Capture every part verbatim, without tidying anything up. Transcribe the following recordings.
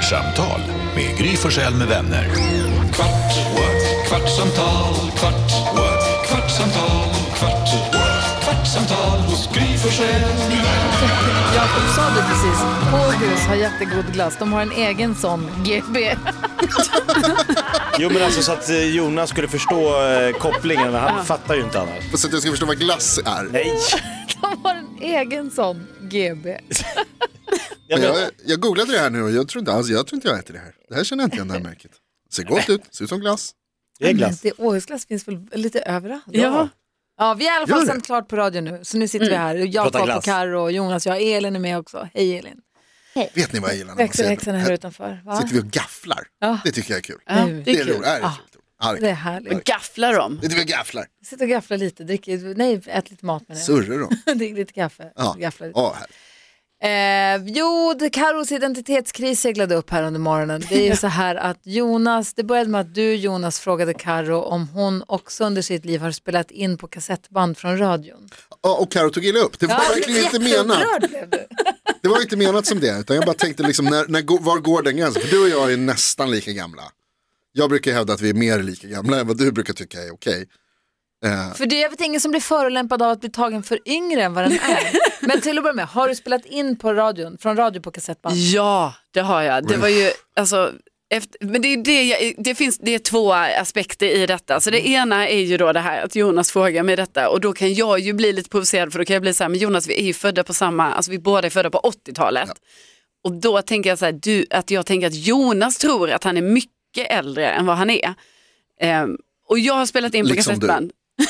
Kvartsamtal med Gry Forssell med vänner. Kvart, what? Kvartsamtal, kvart, what? Kvartsamtal, kvart, what? Kvartsamtal hos Gry Forssell med vänner. Jakob sa det precis. Åhus har jättegod glass. De har en egen sån G B. Jo, men alltså så att Jonas skulle förstå eh, kopplingen, men han ja. fattar ju inte annars. Så att jag ska förstå vad glass är. Nej. De har en egen sån G B. jag, jag, jag googlade det här nu och jag tror inte alls, jag tror inte jag äter det här. Det här känner jag inte igen, det här märket. Det ser gott ut, ser ut som glass. Det är glass. Det Åhusglass finns väl lite överallt. Ja. Ja, vi är i alla fall sänt klart på radio nu. Så nu sitter mm. vi här. Jakob och Karo och Jonas. Jag Elin är med också. Hej Elin. Hej. Vet ni vad jag gillar? Växelhäxan här utanför. Va? Sitter vi och gafflar. Ja. Det tycker jag är kul. Ja, det är, det är kul. roligt. Är det, ja. ja, det är, det är härligt. Men gafflar de? Det är vi gafflar. Sitter och gafflar lite. Dricker, nej, ät lite mat med det. Surrar de? Dricker lite kaffe. Ja, gafflar lite. Ja, Eh, jo, Karos identitetskris seglade upp här under morgonen. Det är ju så här att Jonas, det började med att du Jonas frågade Karo om hon också under sitt liv har spelat in på kassettband från radion. Ja, och Karo tog illa upp. Det var ja, verkligen inte menat. Det var inte menat som det, utan jag bara tänkte liksom, när, när, var går den gränsen? För du och jag är nästan lika gamla. Jag brukar hävda att vi är mer lika gamla än vad du brukar tycka är okej. Uh. För det är väl ingen som blir förolämpad av att bli tagen för yngre än vad den är. Men till att börja med, har du spelat in på radion, från radio på kassettband? Ja, det har jag. Det var ju, alltså, efter, men det är det, jag, det finns, det är två aspekter i detta. Så det mm. ena är ju då det här att Jonas frågar mig detta. Och då kan jag ju bli lite provocerad, för då kan jag bli så här, men Jonas, vi är ju födda på samma, alltså vi båda är födda på åttiotalet. Ja. Och då tänker jag så här, du, att jag tänker att Jonas tror att han är mycket äldre än vad han är. Um, och jag har spelat in på liksom kassettband.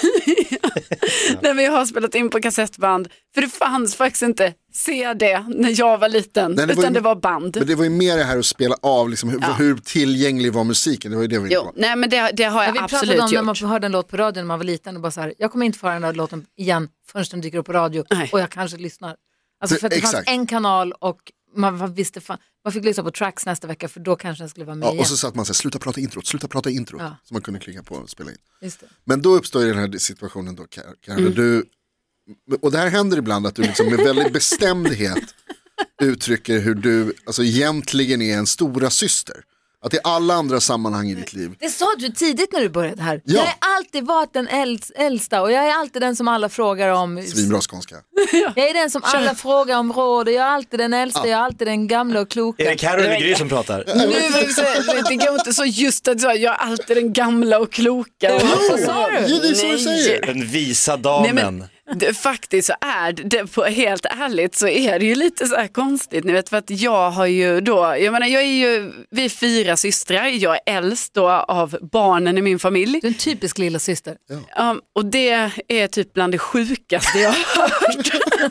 Nej, men jag har spelat in på kassettband. För det fanns faktiskt inte C D när jag var liten. Nej, det utan var ju, det var band. Men det var ju mer det här att spela av liksom, hur, ja. hur tillgänglig var musiken. Det var ju det vi jo, nej, men det, det har jag, jag absolut gjort. Vi pratade om när man hörde en låt på radion när man var liten och bara så här, jag kommer inte få höra den här låten igen förrän den dyker upp på radio. Nej. Och jag kanske lyssnar. Alltså för att det Exakt. fanns en kanal och man visste fan, man fick lyssna på tracks nästa vecka för då kanske den skulle vara med ja, igen. Och så satt man så här, sluta prata introt, sluta prata introt. Ja. Så man kunde klicka på och spela in. Just det. Men då uppstår ju den här situationen då, Karin, mm. du, och det här händer ibland att du liksom med väldigt bestämdhet uttrycker hur du alltså egentligen är en stora syster. Att det är alla andra sammanhang i ditt liv. Det sa du tidigt när du började här. Ja. Jag har alltid varit den äldsta och jag är alltid den som alla frågar om. Svinbra skånska. Jag är den som alla frågar om råd och jag är alltid den äldsta, ja. jag är alltid den gamla och kloka. Är det Karo eller Gry som pratar? Nu, det går inte så just att jag är alltid den gamla och kloka. Och vad sa du? Ja, det är så du säger. Den visa damen. Nej, men... Det, faktiskt så är det, på, helt ärligt så är det ju lite så här konstigt, ni vet, för att jag har ju då, jag menar jag är ju, vi är fyra systrar, jag är äldst då av barnen i min familj. Du är en typisk lilla syster. Ja. Um, och det är typ bland det sjukaste jag har hört.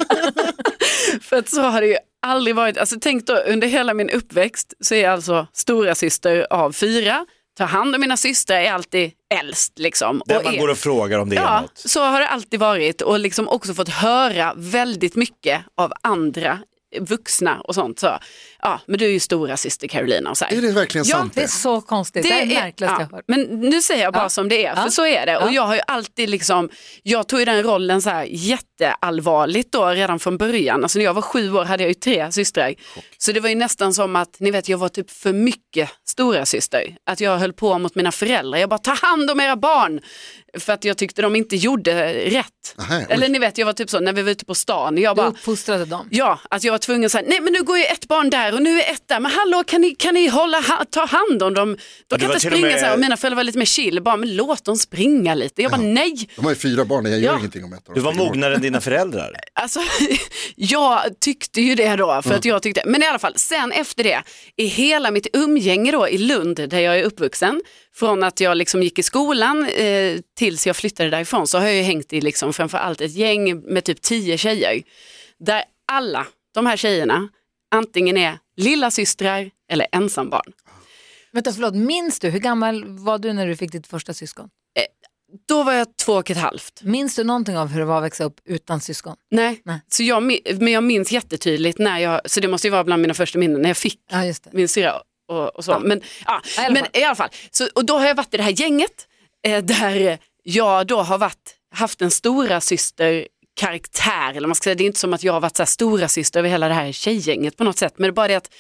För att så har det ju aldrig varit, alltså tänk då under hela min uppväxt så är jag alltså stora syster av fyra. Ta hand om mina systrar är alltid äldst liksom. Där och man är, går och frågar om det ja, är något. Så har det alltid varit och liksom också fått höra väldigt mycket av andra vuxna och sånt. Så, ja, men du är ju stora syster Carolina och så här. Är det verkligen ja, sant? Det är så konstigt. Det, det är det märkligaste ja, jag hört. Men nu säger jag bara ja. som det är, för ja. så är det. Och ja. jag har ju alltid liksom, jag tog ju den rollen så här jätteallvarligt då redan från början. Alltså när jag var sju år hade jag ju tre systrar. Chock. Så det var ju nästan som att, ni vet, jag var typ för mycket stora syster. Att jag höll på mot mina föräldrar. Jag bara, ta hand om era barn. För att jag tyckte de inte gjorde rätt. Aha, eller ni vet, jag var typ så, när vi var ute på stan. Jag bara, du uppfostrade dem. Ja, att jag var tvungen att säga, nej men nu går ju ett barn där och nu är ett där. Men hallå, kan ni, kan ni hålla, ha, ta hand om dem? De kan inte springa med... så här. Och mina föräldrar var lite mer chill. Bara, men låt dem springa lite. Jag bara, ja. nej. De har ju fyra barn, jag gör ja. ingenting om ett år. Du var mognare än dina föräldrar. Alltså, jag tyckte ju det då. För mm. att jag tyckte, men i alla fall, sen efter det, i hela mitt umgänge då i Lund, där jag är uppvuxen, från att jag liksom gick i skolan eh, tills jag flyttade därifrån, så har jag ju hängt i liksom framförallt ett gäng med typ tio tjejer. Där alla de här tjejerna antingen är lilla systrar eller ensambarn. Vänta, förlåt, minns du, hur gammal var du när du fick ditt första syskon? Eh, då var jag två och ett halvt. Minns du någonting av hur det var att växa upp utan syskon? Nej, Nej. Så jag, men jag minns jättetydligt när jag, så det måste ju vara bland mina första minnen, när jag fick ja, just det. min syra och, och så. Ja. Men, ja, I alla men i alla fall, så, och då har jag varit i det här gänget eh, där jag då har varit, haft en stora syster karaktär, eller man ska säga, det är inte som att jag har varit så här stora syster över hela det här tjejgänget på något sätt, men det är bara det att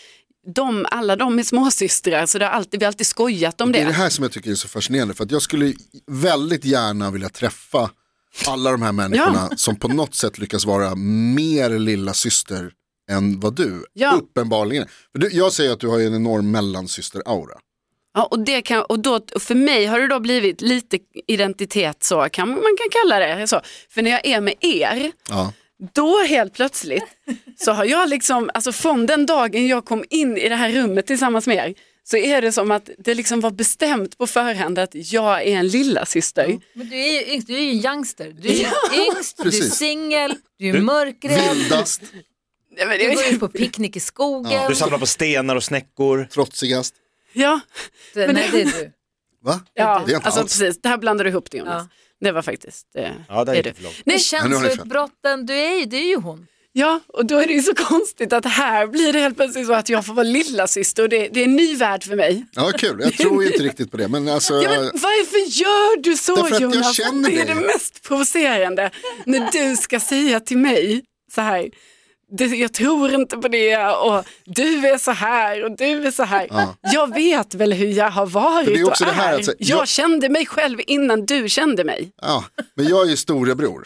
de, alla de är småsystrar, så det har alltid, vi har alltid skojat om det. Det är det här som jag tycker är så fascinerande, för att jag skulle väldigt gärna vilja träffa alla de här människorna ja. som på något sätt lyckas vara mer lilla syster än vad du, ja. uppenbarligen. För du, jag säger att du har en enorm mellansyster-aura. Ja, och, det kan, och då, för mig har det då blivit lite identitet, så kan man kan kalla det så. För när jag är med er, ja. då helt plötsligt så har jag liksom, alltså från den dagen jag kom in i det här rummet tillsammans med er, så är det som att det liksom var bestämt på förhand att jag är en lilla syster. Mm. Men du är ju yngst, du är ju en youngster. Du är ja. yngst, du är singel, du är mörkrädd. Vildast. Du går ut på picknick i skogen. Ja. Du samlar på stenar och snäckor. Trotsigast. Ja. Det, men nej, det är du. Va? Ja, det är inte alltså alls. precis. Det här blandar du ihop det, Jonas. Ja. Det var faktiskt det. Ja, det är, det är du. Nej, känsloutbrotten, du är ju, det är ju hon. Ja, och då är det ju så konstigt att här blir det helt plötsligt så att jag får vara lilla syster och det, det är en ny värld för mig. Ja, kul. Jag tror inte riktigt på det. Men alltså, ja, men varför gör du så, därför att Jonas? jag känner det är dig. det mest provocerande. När du ska säga till mig så här, det, jag tror inte på det och du är så här och du är så här. Ja. Jag vet väl hur jag har varit det är också och är. Det här, alltså, jag... jag kände mig själv innan du kände mig. Ja, men jag är ju storebror.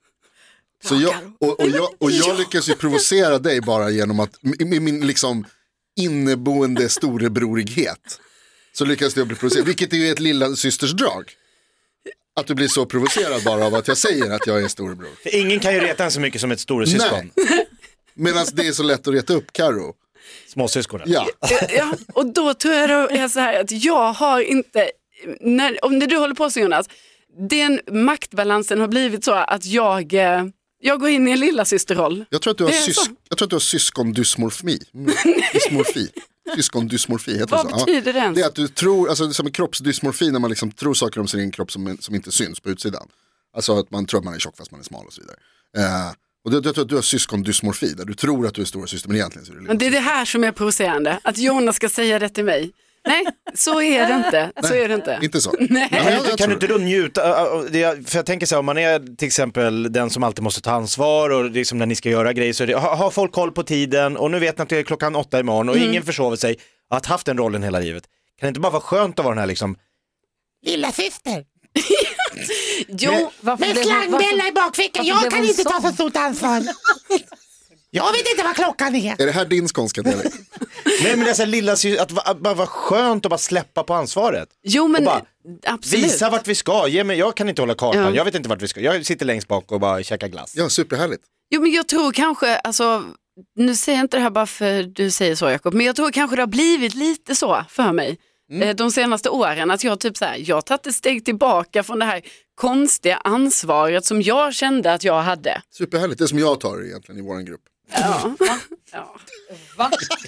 Så jag, och, och, jag, och jag lyckas ju provocera dig bara genom att med min liksom inneboende storebrorighet så lyckas jag bli provocerad, vilket är ju ett lilla systersdrag. Att du blir så provocerad bara av att jag säger att jag är storebror. För ingen kan ju reta en så mycket som ett storesyskon. Medan det är så lätt att reta upp Karo. Småsyskonen. Ja. Ja, och då tror jag då är så här att jag har inte, när, om det du håller på så, Jonas, den maktbalansen har blivit så att jag... Jag går in i en lilla systerroll. Jag tror att du har, sys- jag tror att du har syskondysmorfi. Dysmorfi. Syskondysmorfi heter Vad det så. betyder ja. det? Det är att du tror, alltså som en kroppsdysmorfi när man liksom tror saker om sin egen kropp som, som inte syns på utsidan. Alltså att man tror att man är tjock fast man är smal och så vidare. Uh, och jag tror att du har syskondysmorfi där du tror att du är stora syster men egentligen så är det lilla. Det är det här som är provocerande. Att Jonas ska säga det till mig. Nej, så är det inte. Så Nej, är det inte. Inte så. Nej. Kan, du, inte, kan du inte då njuta? För jag tänker så här, om man är till exempel den som alltid måste ta ansvar och liksom när ni ska göra grejer så är det, har, har folk koll på tiden och nu vet ni att det är klockan åtta imorgon och mm. ingen försover sig och har haft den rollen hela livet. Kan det inte bara vara skönt att vara den här liksom lilla syster? Jo, med, med slangbella i bakfickan. Jag kan inte ta så stort ansvar. Jag vet inte vad klockan är. Är det här din skånska dialekt? Nej, men det är så här lilla att, att bara vara skönt och bara släppa på ansvaret. Jo, men bara, absolut. Visa vart vi ska. Ge mig, jag kan inte hålla kartan. Ja. Jag vet inte vart vi ska. Jag sitter längst bak och bara käkar glass. Ja, superhärligt. Jo, men jag tror kanske, alltså, nu säger jag inte det här bara för du säger så, Jakob, men jag tror kanske det har blivit lite så för mig. Mm. De senaste åren att jag typ så här, jag har tagit ett steg tillbaka från det här konstiga ansvaret som jag kände att jag hade. Superhärligt, det som jag tar egentligen i våran grupp. Ja. Ja. Va?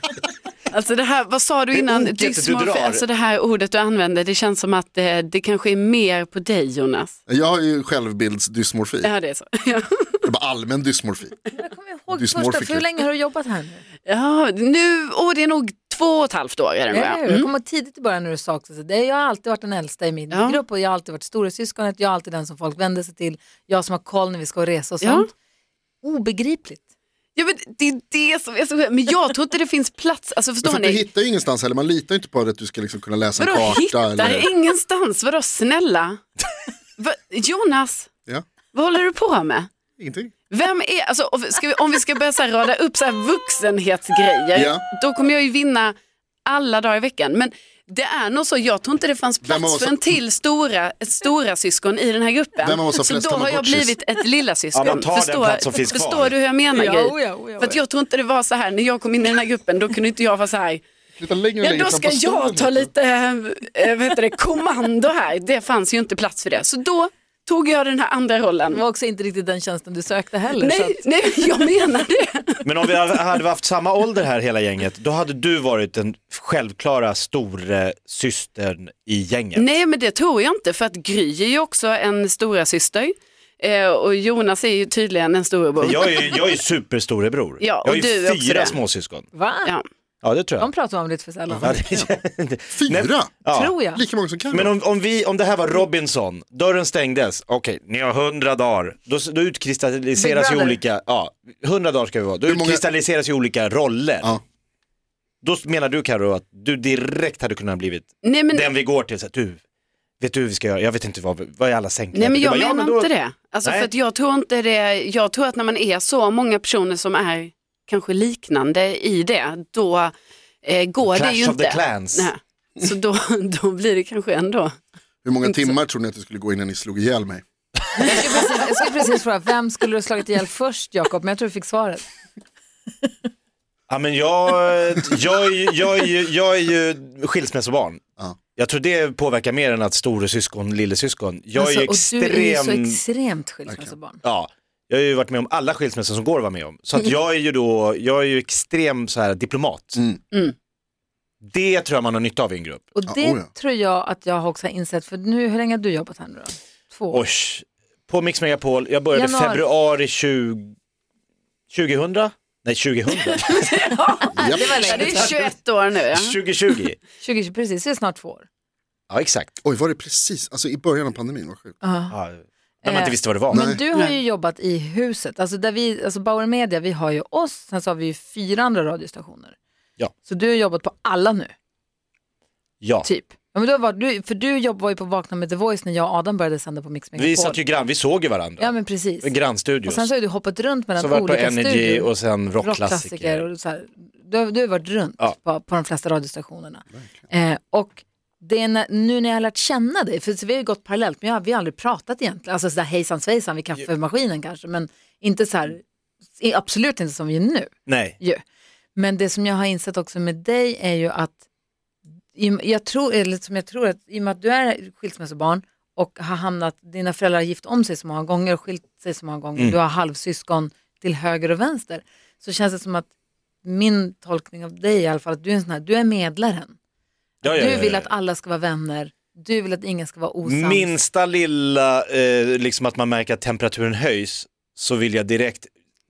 Alltså det här, vad sa du innan? Dysmorfi, alltså det här ordet du använder, det känns som att det, det kanske är mer på dig, Jonas. Jag har ju självbildsdysmorfi. Ja, det är så. Ja. Det är bara allmän dysmorfi. Jag kommer ihåg första, för hur länge har du jobbat här nu? Ja, nu, åh, det är nog två och ett halvt år. Är det ja, mm. Jag kommer tidigt i början när du saknade det. Jag har alltid varit den äldsta i min ja. grupp och jag har alltid varit storasyskonet. Jag är alltid den som folk vänder sig till. Jag som har koll när vi ska resa och sånt. Ja. Obegripligt. Ja, men det är det som är så. Men jag tror inte det finns plats. Alltså, förstår för ni? Du hittar ju ingenstans heller. Man litar inte på att du ska liksom kunna läsa vadå, en karta. Hittar eller... ingenstans? Vadå snälla? Va? Jonas, ja. Vad håller du på med? Ingenting. Vem är, alltså, ska vi, om vi ska börja så här rada upp så här vuxenhetsgrejer, ja. Då kommer jag ju vinna alla dagar i veckan. Men det är nog så, jag tror inte det fanns plats för en till stora, ett stora syskon i den här gruppen. Så då har jag blivit ett lilla syskon. Ja, man tar förstår, den plats som finns kvar. Förstår du hur jag menar, ja, Gry? ja, ja, ja. För att jag tror inte det var så här, när jag kom in i den här gruppen, då kunde inte jag vara så här, ja, då ska jag ta lite äh, vad heter det, kommando här. Det fanns ju inte plats för det. Så då tog jag den här andra rollen. Det var också inte riktigt den tjänsten du sökte heller. Nej, så att... nej, jag menar det. Men om vi hade haft samma ålder här hela gänget, då hade du varit den självklara stora systern i gänget. Nej, men det tror jag inte, för att Gry är ju också en stora syster. Eh, och Jonas är ju tydligen en storebror. Jag är, jag är superstorebror. Ja, och jag är du är fyra det. småsyskon. Va? Ja. Ja, det tror jag. De pratar om lite för sällan. Ja, det... Fyra? Ja. Tror jag. Lika många som kan. Men om, om, vi, om det här var Robinson, dörren stängdes, okej, okay, ni har hundra dagar, då, då utkristalliseras ju olika, ja, hundra dagar ska vi vara, då många... utkristalliseras ju olika roller. Ja. Då menar du, Karo, att du direkt hade kunnat blivit Nej, men... den vi går till, så att du, vet du hur vi ska göra? Jag vet inte vad, vad är alla sänkläder? Nej, men jag bara, menar ja, men då... inte det. Alltså, för att jag tror inte det. Jag tror att när man är så många personer som är kanske liknande i det, då eh, går Clash det ju of inte. the Clans. Nej. Så då, då blir det kanske ändå. Hur många timmar tror ni att det skulle gå innan ni slog ihjäl mig? Jag skulle precis, jag skulle precis fråga, vem skulle du slagit ihjäl först, Jakob? Men jag tror du fick svaret. Ja, men jag, jag, är ju- jag, är ju, jag är ju skilsmässobarn. Ja. Jag tror det påverkar mer än att storesyskon, lillesyskon. Jag är ju Alltså, och du är ju så extrem... extremt skilsmässobarn. Ja, jag har ju varit med om alla skilsmässor som går att vara med om. Så att jag är ju då, jag är ju extrem så här diplomat. Mm. Mm. Det tror jag man har nytta av i en grupp. Och Ja, det oh ja. tror jag att jag också har insett, för nu, hur länge har du jobbat här nu då? Två år? Oj, på Mix Megapol, jag började Januari. februari tjugo... tjugohundra? Nej, tjugohundra. Det var Ja, länge det är sedan. tjugoett år nu. Ja. tjugo tjugo. tjugo, precis, det är snart två år. Ja, exakt. Oj, var det precis, alltså i början av pandemin, vad sjukt. Ja. Ja, när man inte visste vad det var. Men Nej. du har ju jobbat i huset, alltså där vi, alltså Bauer Media, vi har ju oss, sen så har vi ju fyra andra radiostationer. Ja. Så du har jobbat på alla nu, Ja, typ. Ja, men då var du, för du jobb var ju på Vakna med The Voice när jag och Adam började sända på Mix Megapol. vi satt ju grann, vi såg ju varandra. Ja, men precis. Grannstudios. Och sen så har du hoppat runt mellan Så var det på olika Energy studior. och sen rockklassiker. rockklassiker och så här. Du, har- du har varit runt Ja. på, på de flesta radiostationerna. Eh, och det är när, nu när jag har lärt känna dig, för så vi har ju gått parallellt, men jag, vi har aldrig pratat egentligen. Alltså sådär hejsan svejsan vid kaffemaskinen kanske, men inte så här, absolut inte som vi är nu. Nej. Ju. Men det som jag har insett också med dig är ju att i- jag tror, eller som jag tror att i och med att du är skilsmässobarn och har hamnat, dina föräldrar har gift om sig så många gånger och skilt sig så många gånger, Mm. du har halvsyskon till höger och vänster, så känns det som att min tolkning av dig i alla fall, att du är en sån här, du är medlaren. Ja, ja, Du ja, vill ja. att alla ska vara vänner, du vill att ingen ska vara osams. Minsta lilla, eh, liksom att man märker att temperaturen höjs, så vill jag direkt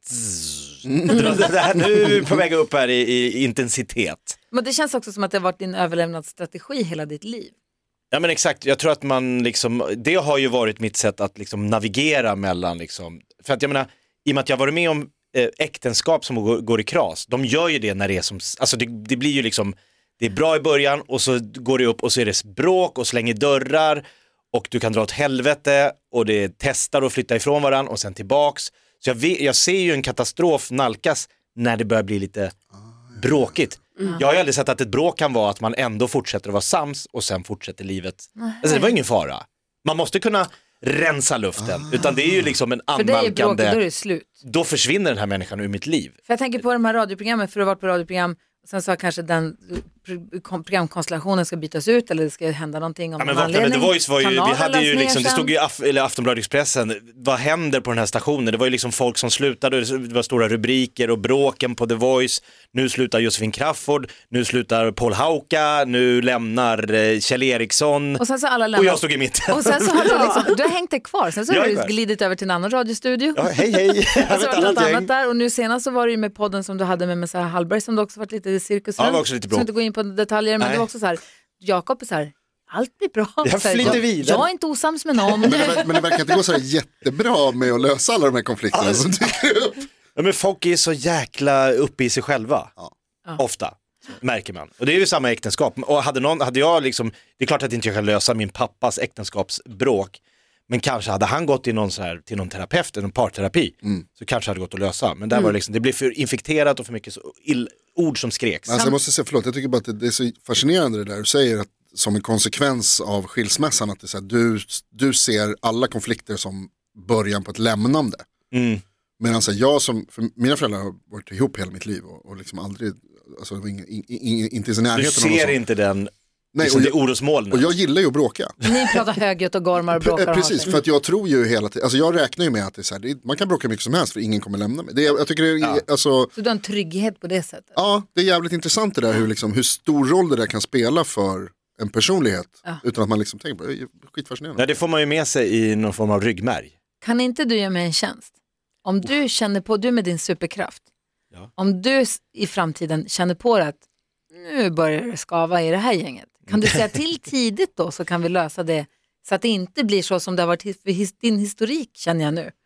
dra det här, nu är vi på väg upp här i, i intensitet. Men det känns också som att det har varit din överlevnadsstrategi hela ditt liv. Ja, men exakt, jag tror att man liksom, det har ju varit mitt sätt att liksom navigera mellan liksom, för att jag menar, i och med att jag varit med om eh, äktenskap som går, går i kras, de gör ju det när det är som, alltså det, det blir ju liksom, det är bra i början och så går det upp och så är det bråk och slänger dörrar och du kan dra åt helvete och det testar och flytta ifrån varandra och sen tillbaks. Så jag, vet, jag ser ju en katastrof nalkas när det börjar bli lite bråkigt. Jag har ju aldrig sett att ett bråk kan vara att man ändå fortsätter att vara sams och sen fortsätter livet. Alltså det var ingen fara. Man måste kunna rensa luften, utan det är ju liksom en För dig är bråket, då är annalkande, det slut. då försvinner den här människan ur mitt liv. För jag tänker på de här radioprogrammen, för du har varit på radioprogram, och sen så har kanske den pro- kom- programkonstellationen ska bytas ut eller det ska hända någonting om Ja, men någon Vakna med The anledning. Voice var ju, vi Kanalen hade ju lades ner liksom, det sen. stod ju i Af- eller Aftonbladet Expressen, vad händer på den här stationen? Det var ju liksom folk som slutade, det var stora rubriker och bråken på The Voice. Nu slutar Josefin Crafoord, nu slutar Paul Hauka, nu lämnar eh, Kjell Eriksson Och sen så har alla och lämnat. jag stod i mitten. Och sen så har du liksom, du har hängt dig kvar, sen så har Jag är du kvar. glidit över till en annan radiostudio. Ja, hej hej, jag Och så vet var det annat något annat gäng. där, och nu senast så var det ju med podden som du hade med Messiah Hallberg som du också varit lite i cirkus. Ja, det var också lite bråk. Så inte gå in på detaljer, men Nej. det var också så här, Jakob är så här, allt blir bra. Jag Så här, flyter jag, vidare. jag är inte osams med någon. Men det, ver- men det verkar inte gå så här jättebra med att lösa alla de här konflikterna som dyker upp. Ja, men folk är så jäkla uppe i sig själva. Ja. Ofta, märker man. Och det är ju samma äktenskap. Och hade, någon, hade jag liksom, det är klart att inte jag kan lösa min pappas äktenskapsbråk. Men kanske hade han gått till någon, så här, till någon terapeut, någon parterapi, Mm. så kanske hade det gått att lösa. Men där var det liksom, det blev för infekterat och för mycket så ill, ord som skreks. Alltså jag måste säga, förlåt, jag tycker bara att det, det är så fascinerande det där du säger, att som en konsekvens av skilsmässan, att det är så här, du, du ser alla konflikter som början på ett lämnande. Mm. Medan så här, jag som, för mina föräldrar har varit ihop hela mitt liv och, och liksom aldrig, alltså det var inga, in, in, inte i Du närheten av något ser sånt. inte den, Nej, liksom och det jag, orosmolnet. och jag gillar ju att bråka. Ni pratar högljutt och gormar och bråkar och har Precis, sig. för att jag tror ju hela tiden, alltså jag räknar ju med att det är så här, det är, man kan bråka mycket som helst för ingen kommer lämna mig. Det är, jag tycker det är, Ja. alltså, Så du har en trygghet på det sättet. ja, det är jävligt intressant det där hur, liksom, hur stor roll det där kan spela för en personlighet. Ja. Utan att man liksom tänker på det, det är skitfascinerande. Nej, det får man ju med sig i någon form av ryggmärg. Kan inte du göra mig en tjänst? Om du känner på, du med din superkraft, Ja. om du s- i framtiden känner på det att nu börjar det skava i det här gänget, kan du säga till tidigt då, så kan vi lösa det så att det inte blir så som det har varit his- för his- din historik, känner jag nu.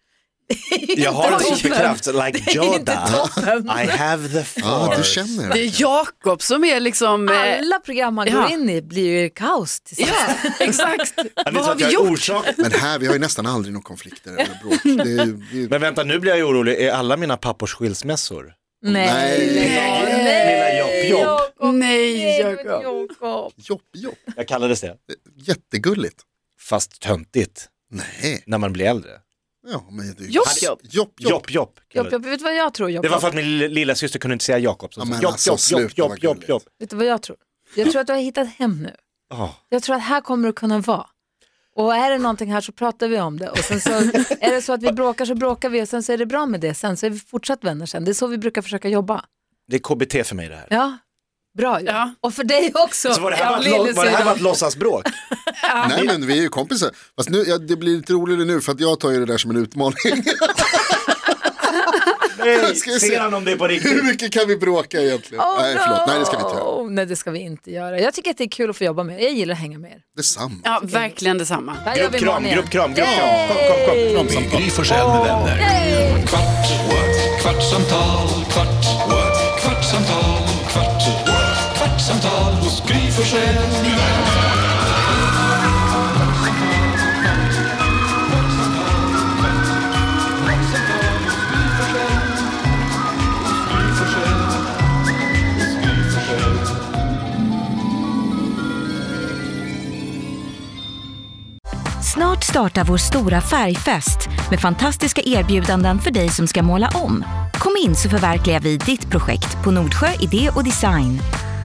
Jag har en superkraft, like Yoda. I have the force. Ja, du känner Det det. är Jakob som är liksom... eh, Alla program man Ja. går in i blir ju kaos till sist. Ja, exakt. Ja, ni Vad tror har att vi jag är gjort? orsak. Men här, vi har ju nästan aldrig några konflikter eller bråk. Det är, det är, Men vänta, nu blir jag ju orolig. Är alla mina pappors skilsmässor? Nej. Nej. Lilla jobb, jobb. Nej, Jakob. jobb, jobb. Jag kallades det. Jättegulligt. Fast töntigt Nej. när man blir äldre. Ja, men det är Jobb, jobb. jobb. Jobb, jobb. Jobb, jobb. Jobb, jobb. Vet du vad jag tror? Jobb, Det var jobb. för att min lilla syster kunde inte säga Jakob. Så Ja, så. men Jobb, alltså, jobb, jobb, sluta, jobb, vad jobb, gulligt. jobb. Vet du vad jag tror? Jag tror att du har hittat hem nu. Oh. Jag tror att här kommer det kunna vara. Och är det någonting här så pratar vi om det. Och sen så är det så att vi bråkar så bråkar vi och sen så är det bra med det. Sen så är vi fortsatt vänner sen. Det är så vi brukar försöka jobba. Det är K B T för mig det här. Ja, bra ju. Ja. Och för dig också. Så var det här, Ja, bara, ett lille lo- var det här syrran. bara ett låtsasbråk? Nej, men vi är ju kompisar. Fast nu, ja, det blir lite roligare nu för att jag tar ju det där som en utmaning. Nej, Ska vi ser se. han om det är på Hur riktigt? mycket kan vi bråka egentligen? Oh, Nej, förlåt. Nej, det ska vi inte göra. no. Nej, det ska vi inte göra. Jag tycker att det är kul att få jobba med er. Jag gillar att hänga med er. Detsamma. Ja, verkligen detsamma. Här gör vi Gruppkram, imorgon igen. gruppkram, gruppkram. Kom, kom, kom. Med Gry Forssell med vänner. Kvart, what? Kvartsamtal, kvart, what? Kvartsamtal, kvart, what? Kvartsamtal hos Gry Forssell med vänner. Snart startar vår stora färgfest med fantastiska erbjudanden för dig som ska måla om. Kom in så förverkligar vi ditt projekt på Nordsjö Idé och Design.